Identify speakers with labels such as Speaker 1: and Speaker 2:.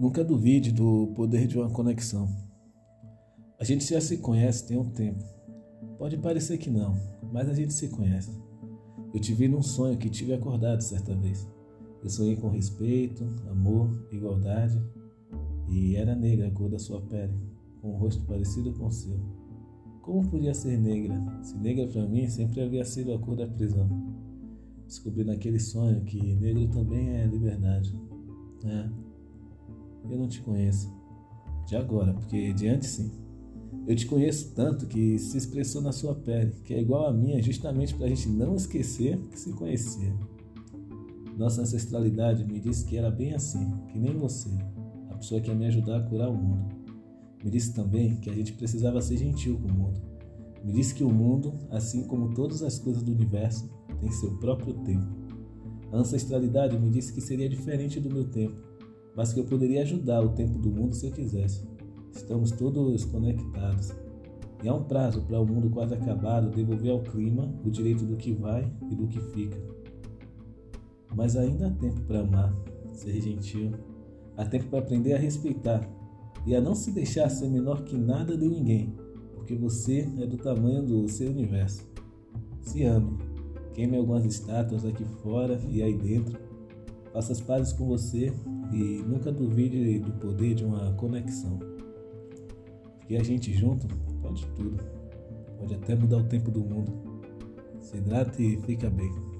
Speaker 1: Nunca duvide do poder de uma conexão. A gente já se conhece tem um tempo. Pode parecer que não, mas a gente se conhece. Eu te vi num sonho que tive acordado certa vez. Eu sonhei com respeito, amor, igualdade. E era negra a cor da sua pele, com um rosto parecido com o seu. Como podia ser negra, se negra para mim sempre havia sido a cor da prisão? Descobri naquele sonho que negro também é liberdade. Eu não te conheço de agora, porque de antes sim. Eu te conheço tanto que se expressou na sua pele, que é igual à minha, justamente para a gente não esquecer que se conhecia. Nossa ancestralidade me disse que era bem assim, que nem você, a pessoa que ia me ajudar a curar o mundo. Me disse também que a gente precisava ser gentil com o mundo. Me disse que o mundo, assim como todas as coisas do universo, tem seu próprio tempo. A ancestralidade me disse que seria diferente do meu tempo, mas que eu poderia ajudar o tempo do mundo se eu quisesse. Estamos todos conectados. E há um prazo para o mundo quase acabado devolver ao clima o direito do que vai e do que fica. Mas ainda há tempo para amar, ser gentil. Há tempo para aprender a respeitar e a não se deixar ser menor que nada de ninguém, porque você é do tamanho do seu universo. Se ame. Queime algumas estátuas aqui fora e aí dentro. Faça as pazes com você e nunca duvide do poder de uma conexão. Porque a gente junto pode tudo. Pode até mudar o tempo do mundo. Se hidrate e fica bem.